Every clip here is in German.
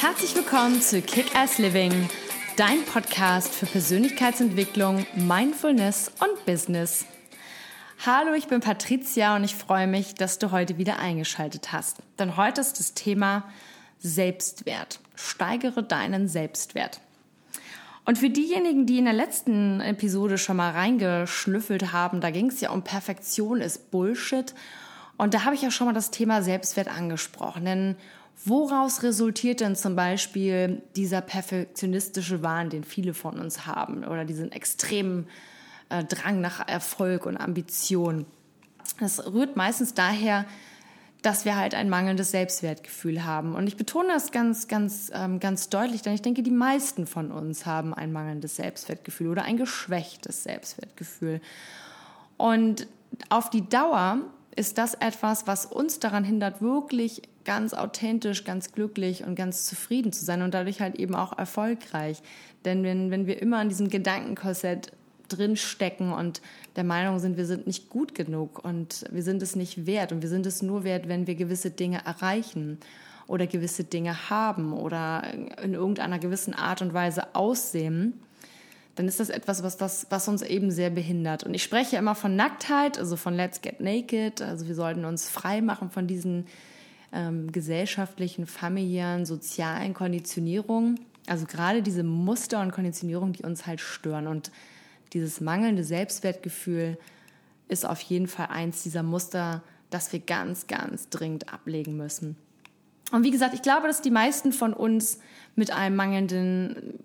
Herzlich willkommen zu Kick-Ass Living, dein Podcast für Persönlichkeitsentwicklung, Mindfulness und Business. Hallo, ich bin Patricia und ich freue mich, dass du heute wieder eingeschaltet hast. Denn heute ist das Thema Selbstwert. Steigere deinen Selbstwert. Und für diejenigen, die in der letzten Episode schon mal reingeschnüffelt haben, da ging es ja um Perfektion ist Bullshit. Und da habe ich ja schon mal das Thema Selbstwert angesprochen. Denn woraus resultiert denn zum Beispiel dieser perfektionistische Wahn, den viele von uns haben, oder diesen extremen Drang nach Erfolg und Ambition? Das rührt meistens daher, dass wir halt ein mangelndes Selbstwertgefühl haben. Und ich betone das ganz deutlich, denn ich denke, die meisten von uns haben ein mangelndes Selbstwertgefühl oder ein geschwächtes Selbstwertgefühl. Und auf die Dauer ist das etwas, was uns daran hindert, wirklich ganz authentisch, ganz glücklich und ganz zufrieden zu sein und dadurch halt eben auch erfolgreich. Denn wenn wir immer in diesem Gedankenkorsett drinstecken und der Meinung sind, wir sind nicht gut genug und wir sind es nicht wert und wir sind es nur wert, wenn wir gewisse Dinge erreichen oder gewisse Dinge haben oder in irgendeiner gewissen Art und Weise aussehen, dann ist das etwas, was uns eben sehr behindert. Und ich spreche immer von Nacktheit, also von Let's Get Naked. Also wir sollten uns frei machen von diesen gesellschaftlichen, familiären, sozialen Konditionierungen. Also gerade diese Muster und Konditionierungen, die uns halt stören. Und dieses mangelnde Selbstwertgefühl ist auf jeden Fall eins dieser Muster, das wir ganz, ganz dringend ablegen müssen. Und wie gesagt, ich glaube, dass die meisten von uns mit einem mangelnden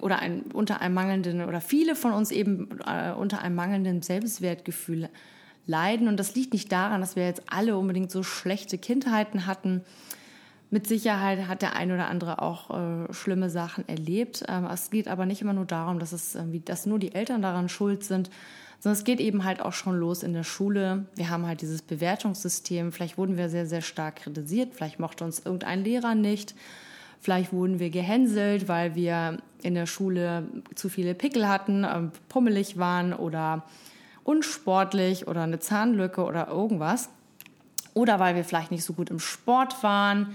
oder viele von uns eben unter einem mangelnden Selbstwertgefühl leiden. Und das liegt nicht daran, dass wir jetzt alle unbedingt so schlechte Kindheiten hatten. Mit Sicherheit hat der ein oder andere auch schlimme Sachen erlebt. Es geht aber nicht immer nur darum, dass nur die Eltern daran schuld sind, sondern es geht eben halt auch schon los in der Schule. Wir haben halt dieses Bewertungssystem. Vielleicht wurden wir sehr, sehr stark kritisiert. Vielleicht mochte uns irgendein Lehrer nicht. Vielleicht wurden wir gehänselt, weil wir in der Schule zu viele Pickel hatten, pummelig waren oder unsportlich oder eine Zahnlücke oder irgendwas. Oder weil wir vielleicht nicht so gut im Sport waren.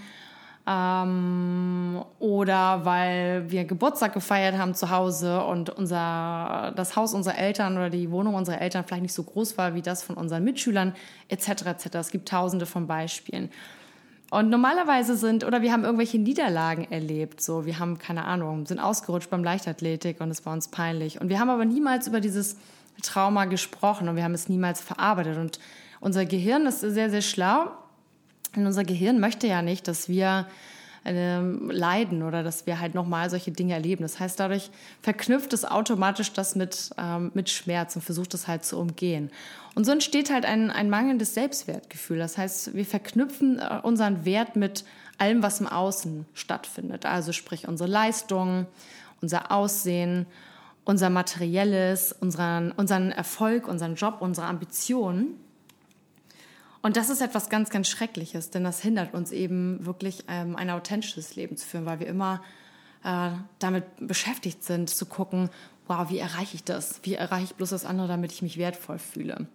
Oder weil wir Geburtstag gefeiert haben zu Hause und das Haus unserer Eltern oder die Wohnung unserer Eltern vielleicht nicht so groß war wie das von unseren Mitschülern etc. etc. Es gibt tausende von Beispielen. Und normalerweise wir haben irgendwelche Niederlagen erlebt. So, wir haben, keine Ahnung, sind ausgerutscht beim Leichtathletik und es war uns peinlich. Und wir haben aber niemals über dieses Trauma gesprochen und wir haben es niemals verarbeitet. Und unser Gehirn ist sehr, sehr schlau. Und unser Gehirn möchte ja nicht, dass wir leiden oder dass wir halt nochmal solche Dinge erleben. Das heißt, dadurch verknüpft es automatisch das mit Schmerz und versucht es halt zu umgehen. Und so entsteht halt ein mangelndes Selbstwertgefühl. Das heißt, wir verknüpfen unseren Wert mit allem, was im Außen stattfindet. Also sprich unsere Leistung, unser Aussehen, unser Materielles, unseren Erfolg, unseren Job, unsere Ambitionen. Und das ist etwas ganz, ganz Schreckliches, denn das hindert uns eben wirklich, ein authentisches Leben zu führen, weil wir immer damit beschäftigt sind, zu gucken, wow, wie erreiche ich das? Wie erreiche ich bloß das andere, damit ich mich wertvoll fühle?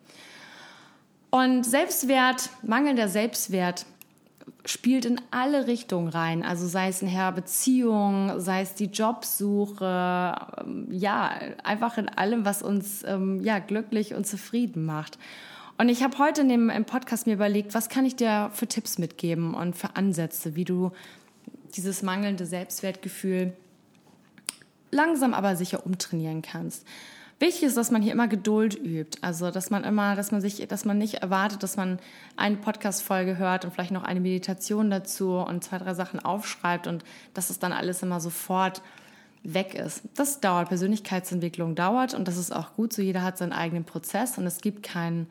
Und mangelnder Selbstwert spielt in alle Richtungen rein. Also sei es in der Beziehung, sei es die Jobsuche, einfach in allem, was uns glücklich und zufrieden macht. Und ich habe heute im Podcast mir überlegt, was kann ich dir für Tipps mitgeben und für Ansätze, wie du dieses mangelnde Selbstwertgefühl langsam aber sicher umtrainieren kannst. Wichtig ist, dass man hier immer Geduld übt, also dass man nicht erwartet, dass man eine Podcast-Folge hört und vielleicht noch eine Meditation dazu und 2, 3 Sachen aufschreibt und dass es dann alles immer sofort weg ist. Das dauert, Persönlichkeitsentwicklung dauert und das ist auch gut so, jeder hat seinen eigenen Prozess und es gibt keinen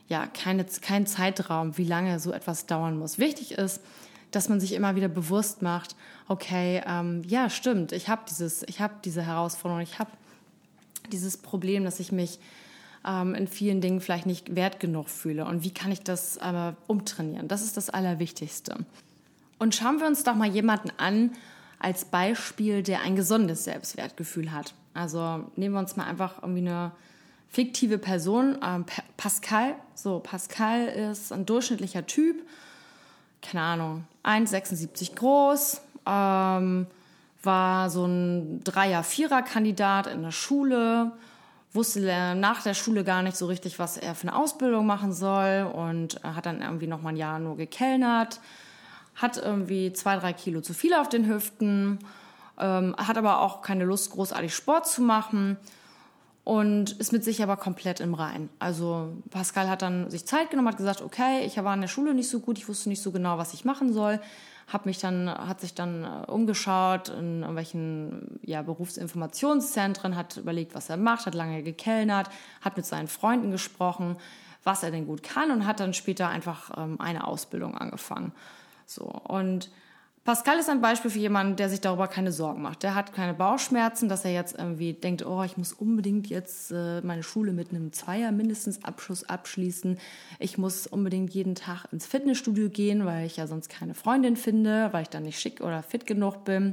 Zeitraum, wie lange so etwas dauern muss. Wichtig ist, dass man sich immer wieder bewusst macht, okay, stimmt, ich habe diese Herausforderung, ich habe dieses Problem, dass ich mich in vielen Dingen vielleicht nicht wert genug fühle. Und wie kann ich das umtrainieren? Das ist das Allerwichtigste. Und schauen wir uns doch mal jemanden an als Beispiel, der ein gesundes Selbstwertgefühl hat. Also nehmen wir uns mal einfach irgendwie eine fiktive Person, Pascal. So, Pascal ist ein durchschnittlicher Typ, keine Ahnung, 1,76 groß, war so ein Dreier-, Vierer-Kandidat in der Schule, wusste nach der Schule gar nicht so richtig, was er für eine Ausbildung machen soll und hat dann irgendwie noch mal ein Jahr nur gekellnert, hat irgendwie 2-3 Kilo zu viel auf den Hüften, hat aber auch keine Lust, großartig Sport zu machen und ist mit sich aber komplett im Reinen. Also Pascal hat dann sich Zeit genommen, hat gesagt, okay, ich war in der Schule nicht so gut, ich wusste nicht so genau, was ich machen soll, hat sich dann umgeschaut in irgendwelchen Berufsinformationszentren, hat überlegt, was er macht, hat lange gekellnert, hat mit seinen Freunden gesprochen, was er denn gut kann und hat dann später einfach eine Ausbildung angefangen. So, und Pascal ist ein Beispiel für jemanden, der sich darüber keine Sorgen macht. Der hat keine Bauchschmerzen, dass er jetzt irgendwie denkt, oh, ich muss unbedingt jetzt meine Schule mit einem 2er mindestens Abschluss abschließen. Ich muss unbedingt jeden Tag ins Fitnessstudio gehen, weil ich ja sonst keine Freundin finde, weil ich dann nicht schick oder fit genug bin.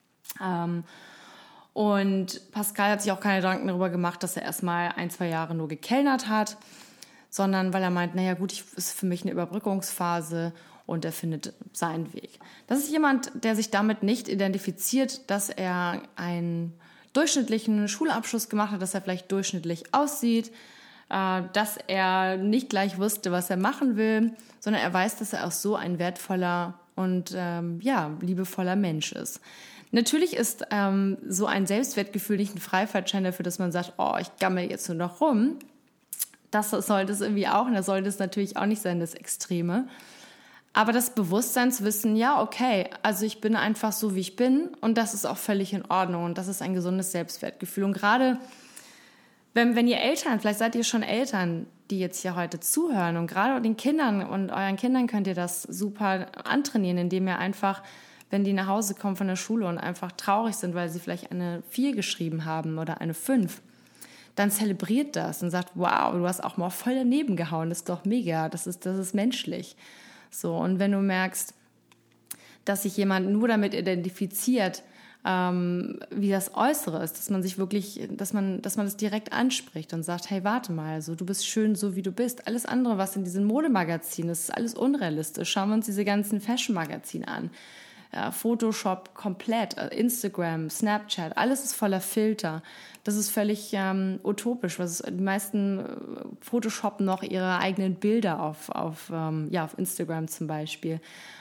Und Pascal hat sich auch keine Gedanken darüber gemacht, dass er erstmal 1-2 Jahre nur gekellnert hat, sondern weil er meint, naja gut, ist für mich eine Überbrückungsphase und er findet seinen Weg. Das ist jemand, der sich damit nicht identifiziert, dass er einen durchschnittlichen Schulabschluss gemacht hat, dass er vielleicht durchschnittlich aussieht, dass er nicht gleich wusste, was er machen will, sondern er weiß, dass er auch so ein wertvoller und liebevoller Mensch ist. Natürlich ist so ein Selbstwertgefühl nicht ein Freifahrtschein dafür, dass man sagt, oh, ich gammel jetzt nur noch rum. Das sollte es irgendwie auch, und das sollte es natürlich auch nicht sein, das Extreme. Aber das Bewusstsein zu wissen, ja, okay, also ich bin einfach so, wie ich bin und das ist auch völlig in Ordnung und das ist ein gesundes Selbstwertgefühl. Und gerade, wenn ihr Eltern, vielleicht seid ihr schon Eltern, die jetzt hier heute zuhören und gerade den Kindern und euren Kindern könnt ihr das super antrainieren, indem ihr einfach, wenn die nach Hause kommen von der Schule und einfach traurig sind, weil sie vielleicht eine 4 geschrieben haben oder eine 5, dann zelebriert das und sagt, wow, du hast auch mal voll daneben gehauen, das ist doch mega, das ist menschlich. So, und wenn du merkst, dass sich jemand nur damit identifiziert, wie das Äußere ist, dass man sich wirklich, dass man das direkt anspricht und sagt, hey, warte mal, so, du bist schön, so wie du bist. Alles andere, was in diesen Modemagazinen ist, ist alles unrealistisch. Schauen wir uns diese ganzen Fashion-Magazine an. Photoshop komplett, Instagram, Snapchat, alles ist voller Filter. Das ist völlig utopisch. Die meisten photoshoppen noch ihre eigenen Bilder auf Instagram zum Beispiel.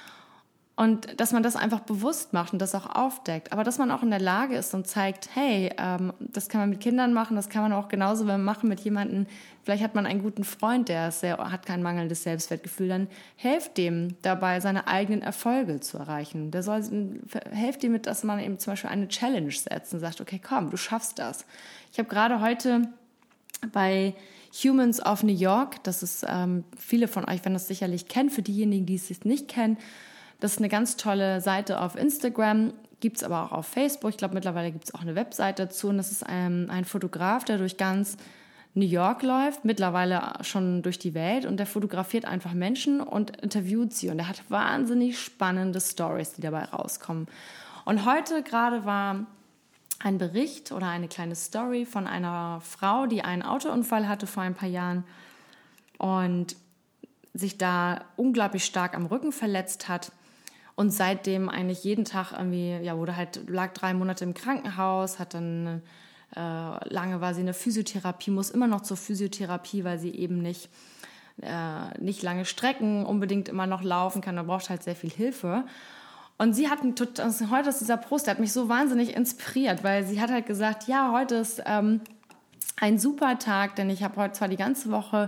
Und dass man das einfach bewusst macht und das auch aufdeckt. Aber dass man auch in der Lage ist und zeigt, hey, das kann man mit Kindern machen, das kann man auch genauso machen mit jemandem. Vielleicht hat man einen guten Freund, hat kein mangelndes Selbstwertgefühl. Dann helft dem dabei, seine eigenen Erfolge zu erreichen. Helft ihm mit, dass man eben zum Beispiel eine Challenge setzt und sagt, okay, komm, du schaffst das. Ich habe gerade heute bei Humans of New York, das ist viele von euch werden das sicherlich kennen, für diejenigen, die es nicht kennen, das ist eine ganz tolle Seite auf Instagram, gibt es aber auch auf Facebook. Ich glaube, mittlerweile gibt es auch eine Webseite dazu. Und das ist ein Fotograf, der durch ganz New York läuft, mittlerweile schon durch die Welt. Und der fotografiert einfach Menschen und interviewt sie. Und er hat wahnsinnig spannende Stories, die dabei rauskommen. Und heute gerade war ein Bericht oder eine kleine Story von einer Frau, die einen Autounfall hatte vor ein paar Jahren und sich da unglaublich stark am Rücken verletzt hat. Und seitdem eigentlich jeden Tag irgendwie, lag 3 Monate im Krankenhaus, hat dann lange war sie in der Physiotherapie, muss immer noch zur Physiotherapie, weil sie eben nicht lange Strecken unbedingt immer noch laufen kann. Da braucht halt sehr viel Hilfe. Und sie hat heute ist dieser Post, der hat mich so wahnsinnig inspiriert, weil sie hat halt gesagt, ja, heute ist ein super Tag, denn ich habe heute zwar die ganze Woche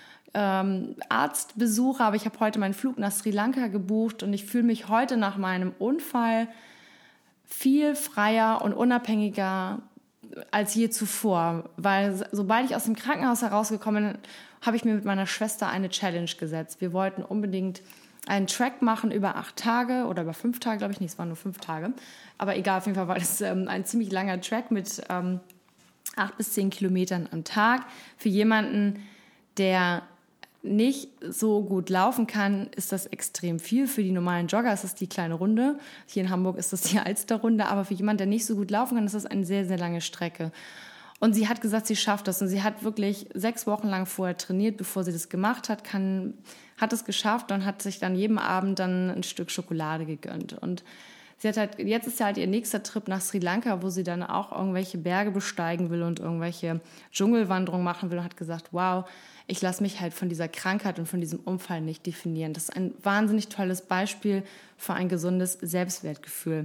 Arztbesuche, aber ich habe heute meinen Flug nach Sri Lanka gebucht und ich fühle mich heute nach meinem Unfall viel freier und unabhängiger als je zuvor, weil sobald ich aus dem Krankenhaus herausgekommen bin, habe ich mir mit meiner Schwester eine Challenge gesetzt. Wir wollten unbedingt einen Track machen über 8 Tage oder über 5 Tage, glaube ich nicht, es waren nur 5 Tage, aber egal, auf jeden Fall war das ein ziemlich langer Track mit 8 bis 10 Kilometern am Tag. Für jemanden, der nicht so gut laufen kann, ist das extrem viel. Für die normalen Jogger ist das die kleine Runde. Hier in Hamburg ist das die Alsterrunde. Aber für jemanden, der nicht so gut laufen kann, ist das eine sehr, sehr lange Strecke. Und sie hat gesagt, sie schafft das. Und sie hat wirklich 6 Wochen lang vorher trainiert, bevor sie das gemacht hat, hat es geschafft und hat sich dann jeden Abend dann ein Stück Schokolade gegönnt. Und Jetzt ist ja halt ihr nächster Trip nach Sri Lanka, wo sie dann auch irgendwelche Berge besteigen will und irgendwelche Dschungelwanderungen machen will und hat gesagt, wow, ich lasse mich halt von dieser Krankheit und von diesem Unfall nicht definieren. Das ist ein wahnsinnig tolles Beispiel für ein gesundes Selbstwertgefühl.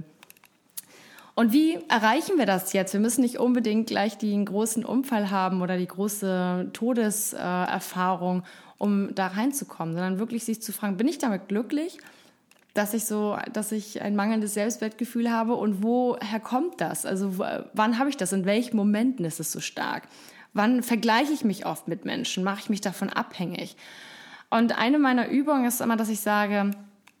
Und wie erreichen wir das jetzt? Wir müssen nicht unbedingt gleich den großen Unfall haben oder die große Todeserfahrung, um da reinzukommen, sondern wirklich sich zu fragen, bin ich damit glücklich, dass ich ein mangelndes Selbstwertgefühl habe und woher kommt das? Also wann habe ich das? In welchen Momenten ist es so stark? Wann vergleiche ich mich oft mit Menschen? Mache ich mich davon abhängig? Und eine meiner Übungen ist immer, dass ich sage,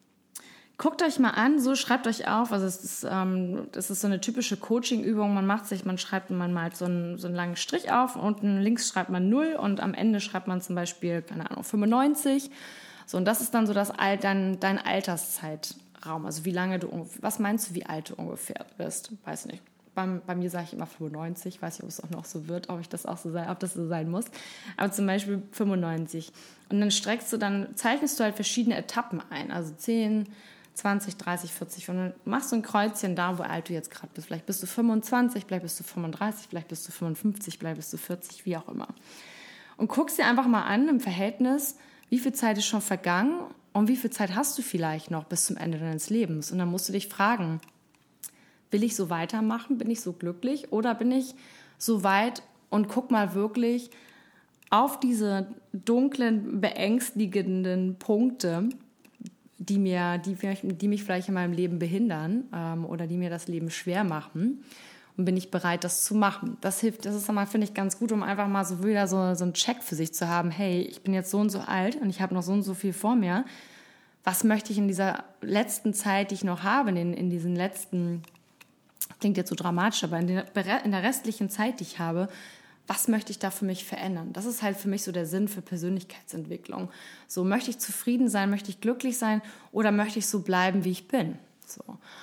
guckt euch mal an, so schreibt euch auf, also das ist so eine typische Coaching-Übung, man malt so einen langen Strich auf, unten links schreibt man 0 und am Ende schreibt man zum Beispiel, keine Ahnung, 95. So, und das ist dann so dein Alterszeitraum, also was meinst du, wie alt du ungefähr bist? Weiß nicht. Bei mir sage ich immer 95, weiß nicht, ob es auch noch so wird, ob das so sein muss. Aber zum Beispiel 95. Und dann zeichnest du halt verschiedene Etappen ein, also 10, 20, 30, 40 und dann machst du ein Kreuzchen da, wo alt du jetzt gerade bist. Vielleicht bist du 25, vielleicht bist du 35, vielleicht bist du 55, vielleicht bist du 40, wie auch immer. Und guckst dir einfach mal an im Verhältnis, wie viel Zeit ist schon vergangen und wie viel Zeit hast du vielleicht noch bis zum Ende deines Lebens. Und dann musst du dich fragen, will ich so weitermachen, bin ich so glücklich oder bin ich so weit und guck mal wirklich auf diese dunklen, beängstigenden Punkte, die mich vielleicht in meinem Leben behindern oder die mir das Leben schwer machen. Und bin ich bereit, das zu machen? Das ist immer, finde ich, ganz gut, um einfach mal so wieder so einen Check für sich zu haben. Hey, ich bin jetzt so und so alt und ich habe noch so und so viel vor mir. Was möchte ich in dieser letzten Zeit, die ich noch habe, in diesen letzten, klingt jetzt so dramatisch, aber in der restlichen Zeit, die ich habe, was möchte ich da für mich verändern? Das ist halt für mich so der Sinn für Persönlichkeitsentwicklung. So, möchte ich zufrieden sein, möchte ich glücklich sein oder möchte ich so bleiben, wie ich bin? So.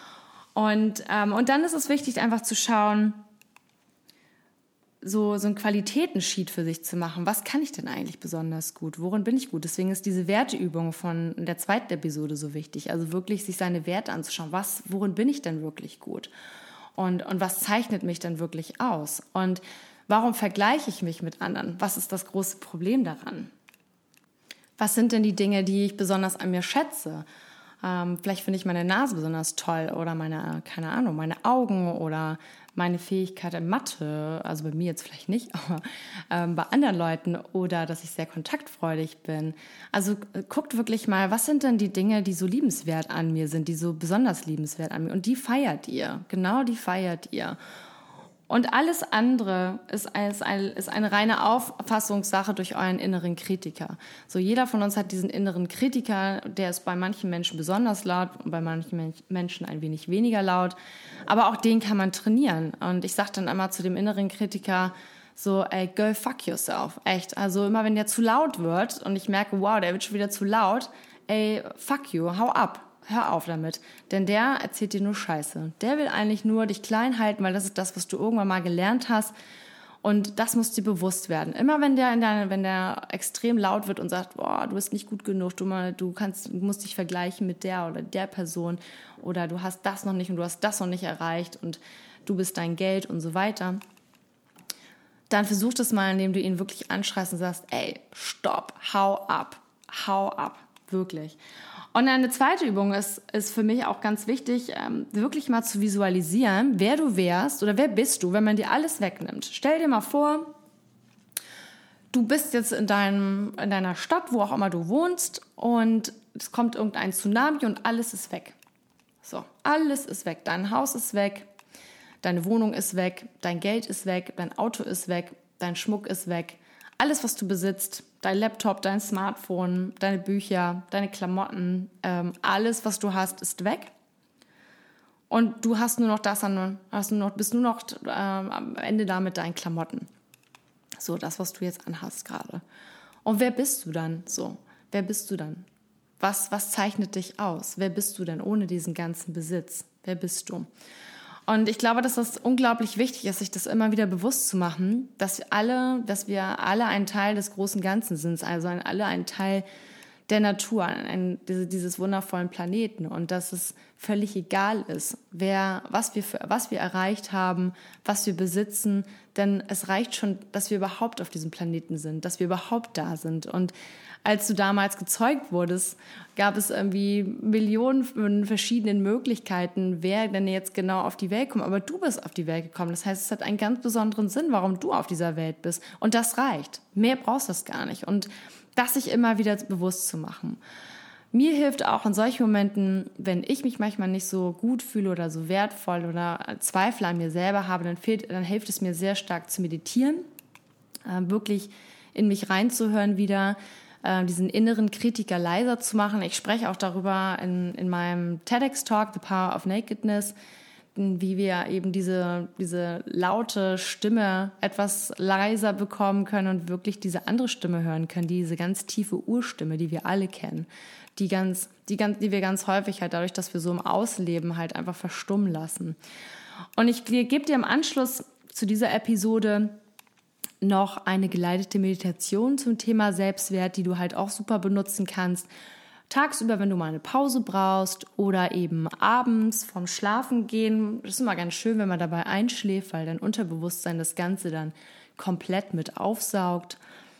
Und dann ist es wichtig, einfach zu schauen, so ein Qualitätensheet für sich zu machen. Was kann ich denn eigentlich besonders gut? Worin bin ich gut? Deswegen ist diese Werteübung von der zweiten Episode so wichtig. Also wirklich sich seine Werte anzuschauen. Worin bin ich denn wirklich gut? Und was zeichnet mich denn wirklich aus? Und warum vergleiche ich mich mit anderen? Was ist das große Problem daran? Was sind denn die Dinge, die ich besonders an mir schätze? Vielleicht finde ich meine Nase besonders toll oder meine Augen oder meine Fähigkeit in Mathe, also bei mir jetzt vielleicht nicht, aber bei anderen Leuten oder dass ich sehr kontaktfreudig bin. Also guckt wirklich mal, was sind denn die Dinge, die so liebenswert an mir sind, die so besonders liebenswert an mir und die feiert ihr, genau die feiert ihr. Und alles andere ist eine reine Auffassungssache durch euren inneren Kritiker. So, jeder von uns hat diesen inneren Kritiker, der ist bei manchen Menschen besonders laut und bei manchen Menschen ein wenig weniger laut. Aber auch den kann man trainieren. Und ich sage dann immer zu dem inneren Kritiker so, ey, go fuck yourself. Echt. Also immer wenn der zu laut wird und ich merke, wow, der wird schon wieder zu laut, ey, fuck you, hau ab. Hör auf damit, denn der erzählt dir nur Scheiße. Der will eigentlich nur dich klein halten, weil das ist das, was du irgendwann mal gelernt hast und das muss dir bewusst werden. Immer wenn der extrem laut wird und sagt, boah, du bist nicht gut genug, du musst dich vergleichen mit der oder der Person oder du hast das noch nicht und du hast das noch nicht erreicht und du bist dein Geld und so weiter, dann versuch das mal, indem du ihn wirklich anschreist und sagst, ey, stopp, hau ab, wirklich. Und eine zweite Übung ist für mich auch ganz wichtig, wirklich mal zu visualisieren, wer du wärst oder wer bist du, wenn man dir alles wegnimmt. Stell dir mal vor, du bist jetzt in deiner Stadt, wo auch immer du wohnst und es kommt irgendein Tsunami und alles ist weg. So, alles ist weg. Dein Haus ist weg, deine Wohnung ist weg, dein Geld ist weg, dein Auto ist weg, dein Schmuck ist weg. Alles, was du besitzt, dein Laptop, dein Smartphone, deine Bücher, deine Klamotten, alles, was du hast, ist weg. Und du hast nur noch bist nur noch am Ende da mit deinen Klamotten. So, das, was du jetzt anhast gerade. Und wer bist du dann? So, wer bist du dann? Was zeichnet dich aus? Wer bist du denn ohne diesen ganzen Besitz? Wer bist du? Und ich glaube, dass das unglaublich wichtig ist, sich das immer wieder bewusst zu machen, dass wir alle ein Teil des großen Ganzen sind, also alle ein Teil der Natur, dieses wundervollen Planeten und dass es völlig egal ist, was wir erreicht haben, was wir besitzen, denn es reicht schon, dass wir überhaupt auf diesem Planeten sind, dass wir überhaupt da sind. Und als du damals gezeugt wurdest, gab es irgendwie Millionen von verschiedenen Möglichkeiten, wer denn jetzt genau auf die Welt kommt. Aber du bist auf die Welt gekommen. Das heißt, es hat einen ganz besonderen Sinn, warum du auf dieser Welt bist. Und das reicht. Mehr brauchst du das gar nicht. Und das sich immer wieder bewusst zu machen. Mir hilft auch in solchen Momenten, wenn ich mich manchmal nicht so gut fühle oder so wertvoll oder Zweifel an mir selber habe, dann hilft es mir sehr stark zu meditieren, wirklich in mich reinzuhören wieder, diesen inneren Kritiker leiser zu machen. Ich spreche auch darüber in meinem TEDx-Talk, The Power of Nakedness, wie wir eben diese laute Stimme etwas leiser bekommen können und wirklich diese andere Stimme hören können, diese ganz tiefe Urstimme, die wir alle kennen, die wir ganz häufig halt dadurch, dass wir so im Ausleben halt einfach verstummen lassen. Und ich gebe dir im Anschluss zu dieser Episode noch eine geleitete Meditation zum Thema Selbstwert, die du halt auch super benutzen kannst. Tagsüber, wenn du mal eine Pause brauchst oder eben abends vorm Schlafengehen. Das ist immer ganz schön, wenn man dabei einschläft, weil dein Unterbewusstsein das Ganze dann komplett mit aufsaugt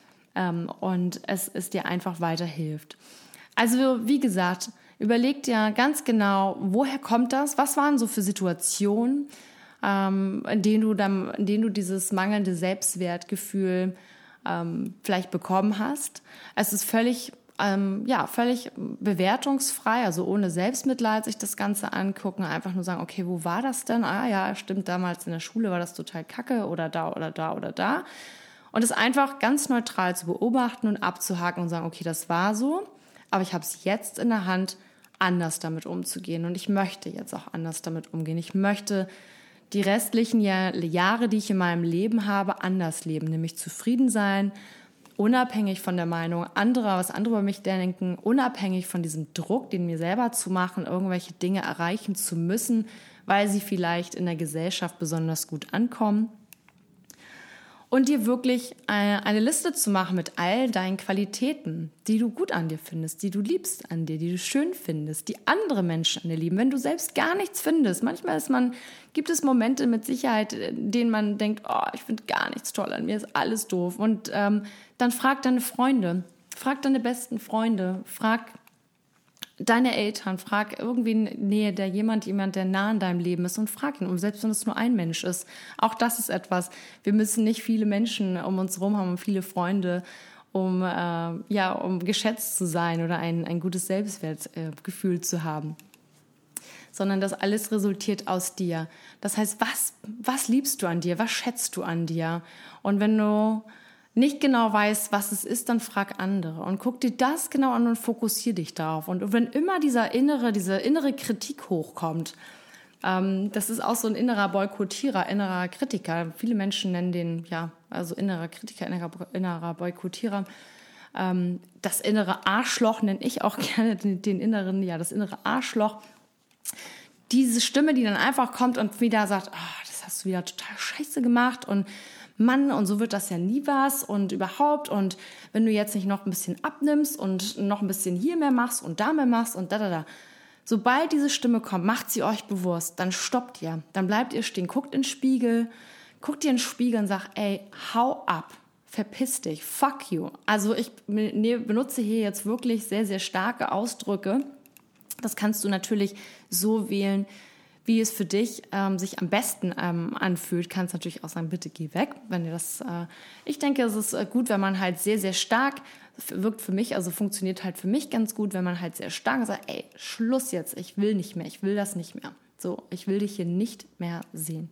und es dir einfach weiterhilft. Also wie gesagt, überleg dir ganz genau, woher kommt das? Was waren so für Situationen, in denen du dieses mangelnde Selbstwertgefühl vielleicht bekommen hast? Es ist völlig bewertungsfrei, also ohne Selbstmitleid sich das Ganze angucken, einfach nur sagen, okay, wo war das denn? Ah ja, stimmt, damals in der Schule war das total kacke oder da oder da oder da. Und es einfach ganz neutral zu beobachten und abzuhaken und sagen, okay, das war so, aber ich habe es jetzt in der Hand, anders damit umzugehen. Und ich möchte jetzt auch anders damit umgehen. Ich möchte die restlichen Jahre, die ich in meinem Leben habe, anders leben, nämlich zufrieden sein, unabhängig von der Meinung anderer, was andere über mich denken, unabhängig von diesem Druck, den mir selber zu machen, irgendwelche Dinge erreichen zu müssen, weil sie vielleicht in der Gesellschaft besonders gut ankommen. Und dir wirklich eine Liste zu machen mit all deinen Qualitäten, die du gut an dir findest, die du liebst an dir, die du schön findest, die andere Menschen an dir lieben, wenn du selbst gar nichts findest. Manchmal gibt es Momente mit Sicherheit, in denen man denkt, oh, ich finde gar nichts toll an mir, ist alles doof. Und dann frag deine Freunde, frag deine besten Freunde, frag deine Eltern, frag irgendwie in Nähe jemand, der nah in deinem Leben ist und frag ihn, selbst wenn es nur ein Mensch ist. Auch das ist etwas. Wir müssen nicht viele Menschen um uns herum haben und viele Freunde, um geschätzt zu sein oder ein gutes Selbstwertgefühl zu haben. Sondern das alles resultiert aus dir. Das heißt, was liebst du an dir? Was schätzt du an dir? Und wenn du nicht genau weißt, was es ist, dann frag andere und guck dir das genau an und fokussier dich darauf. Und wenn immer diese innere Kritik hochkommt, das ist auch so ein innerer Boykottierer, innerer Kritiker. Viele Menschen nennen den, innerer Kritiker, innerer Boykottierer. Das innere Arschloch nenne ich auch gerne das innere Arschloch. Diese Stimme, die dann einfach kommt und wieder sagt, das hast du wieder total scheiße gemacht und Mann, und so wird das ja nie was und überhaupt und wenn du jetzt nicht noch ein bisschen abnimmst und noch ein bisschen hier mehr machst und da mehr machst und da. Sobald diese Stimme kommt, macht sie euch bewusst, dann stoppt ihr, dann bleibt ihr stehen, guckt dir in den Spiegel und sagt, ey, hau ab, verpiss dich, fuck you. Also ich benutze hier jetzt wirklich sehr, sehr starke Ausdrücke. Das kannst du natürlich so wählen, wie es für dich sich am besten anfühlt. Kannst natürlich auch sagen, bitte geh weg. Ich denke, es ist gut, wenn man halt sehr, sehr stark wirkt für mich, also funktioniert halt für mich ganz gut, wenn man halt sehr stark sagt, ey, Schluss jetzt, ich will nicht mehr, ich will das nicht mehr. So, ich will dich hier nicht mehr sehen.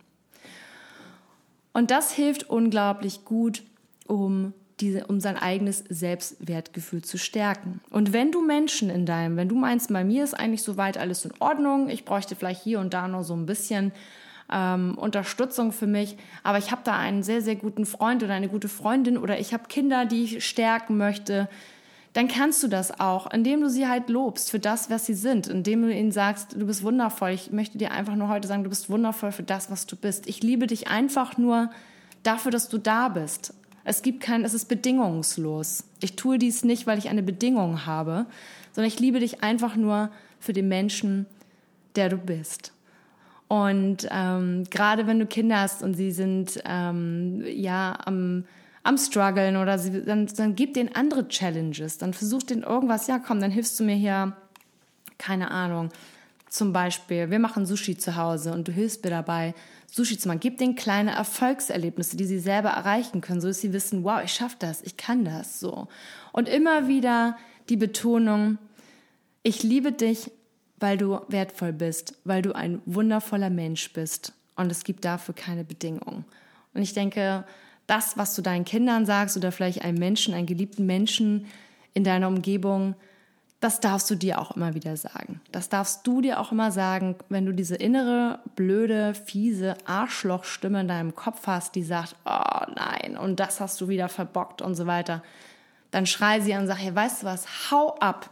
Und das hilft unglaublich gut, um sein eigenes Selbstwertgefühl zu stärken. Und wenn du wenn du meinst, bei mir ist eigentlich soweit alles in Ordnung, ich bräuchte vielleicht hier und da noch so ein bisschen Unterstützung für mich, aber ich habe da einen sehr, sehr guten Freund oder eine gute Freundin oder ich habe Kinder, die ich stärken möchte, dann kannst du das auch, indem du sie halt lobst für das, was sie sind, indem du ihnen sagst, du bist wundervoll. Ich möchte dir einfach nur heute sagen, du bist wundervoll für das, was du bist. Ich liebe dich einfach nur dafür, dass du da bist. Es ist bedingungslos. Ich tue dies nicht, weil ich eine Bedingung habe, sondern ich liebe dich einfach nur für den Menschen, der du bist. Und gerade wenn du Kinder hast und sie sind am struggeln oder dann gib denen andere Challenges, dann versuch denen irgendwas, ja komm, dann hilfst du mir hier, keine Ahnung, zum Beispiel, wir machen Sushi zu Hause und du hilfst mir dabei, Sushi zu machen. Gib denen kleine Erfolgserlebnisse, die sie selber erreichen können, so dass sie wissen, wow, ich schaffe das, ich kann das, so. Und immer wieder die Betonung, ich liebe dich, weil du wertvoll bist, weil du ein wundervoller Mensch bist und es gibt dafür keine Bedingungen. Und ich denke, das, was du deinen Kindern sagst oder vielleicht einem Menschen, einen geliebten Menschen in deiner Umgebung, das darfst du dir auch immer wieder sagen. Das darfst du dir auch immer sagen, wenn du diese innere, blöde, fiese Arschlochstimme in deinem Kopf hast, die sagt, oh nein, und das hast du wieder verbockt und so weiter. Dann schrei sie an und sag, hey, weißt du was, hau ab,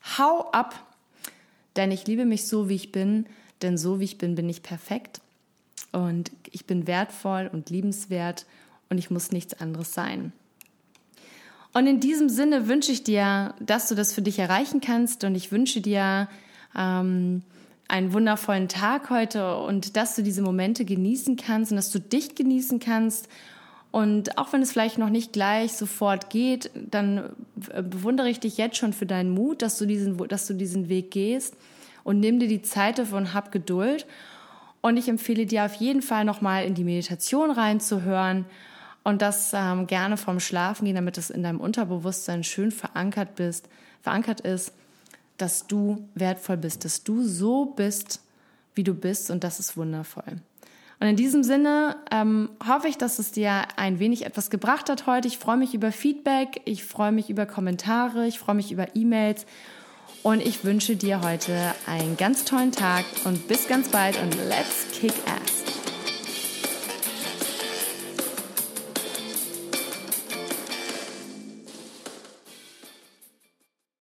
denn ich liebe mich so, wie ich bin, denn so, wie ich bin, bin ich perfekt und ich bin wertvoll und liebenswert und ich muss nichts anderes sein. Und in diesem Sinne wünsche ich dir, dass du das für dich erreichen kannst und ich wünsche dir einen wundervollen Tag heute und dass du diese Momente genießen kannst und dass du dich genießen kannst. Und auch wenn es vielleicht noch nicht gleich sofort geht, dann bewundere ich dich jetzt schon für deinen Mut, dass du diesen Weg gehst und nimm dir die Zeit dafür und hab Geduld. Und ich empfehle dir auf jeden Fall nochmal in die Meditation reinzuhören und das gerne vorm Schlafen gehen, damit es in deinem Unterbewusstsein schön verankert ist, dass du wertvoll bist, dass du so bist, wie du bist und das ist wundervoll. Und in diesem Sinne hoffe ich, dass es dir ein wenig etwas gebracht hat heute. Ich freue mich über Feedback, ich freue mich über Kommentare, ich freue mich über E-Mails und ich wünsche dir heute einen ganz tollen Tag und bis ganz bald und let's kick ass!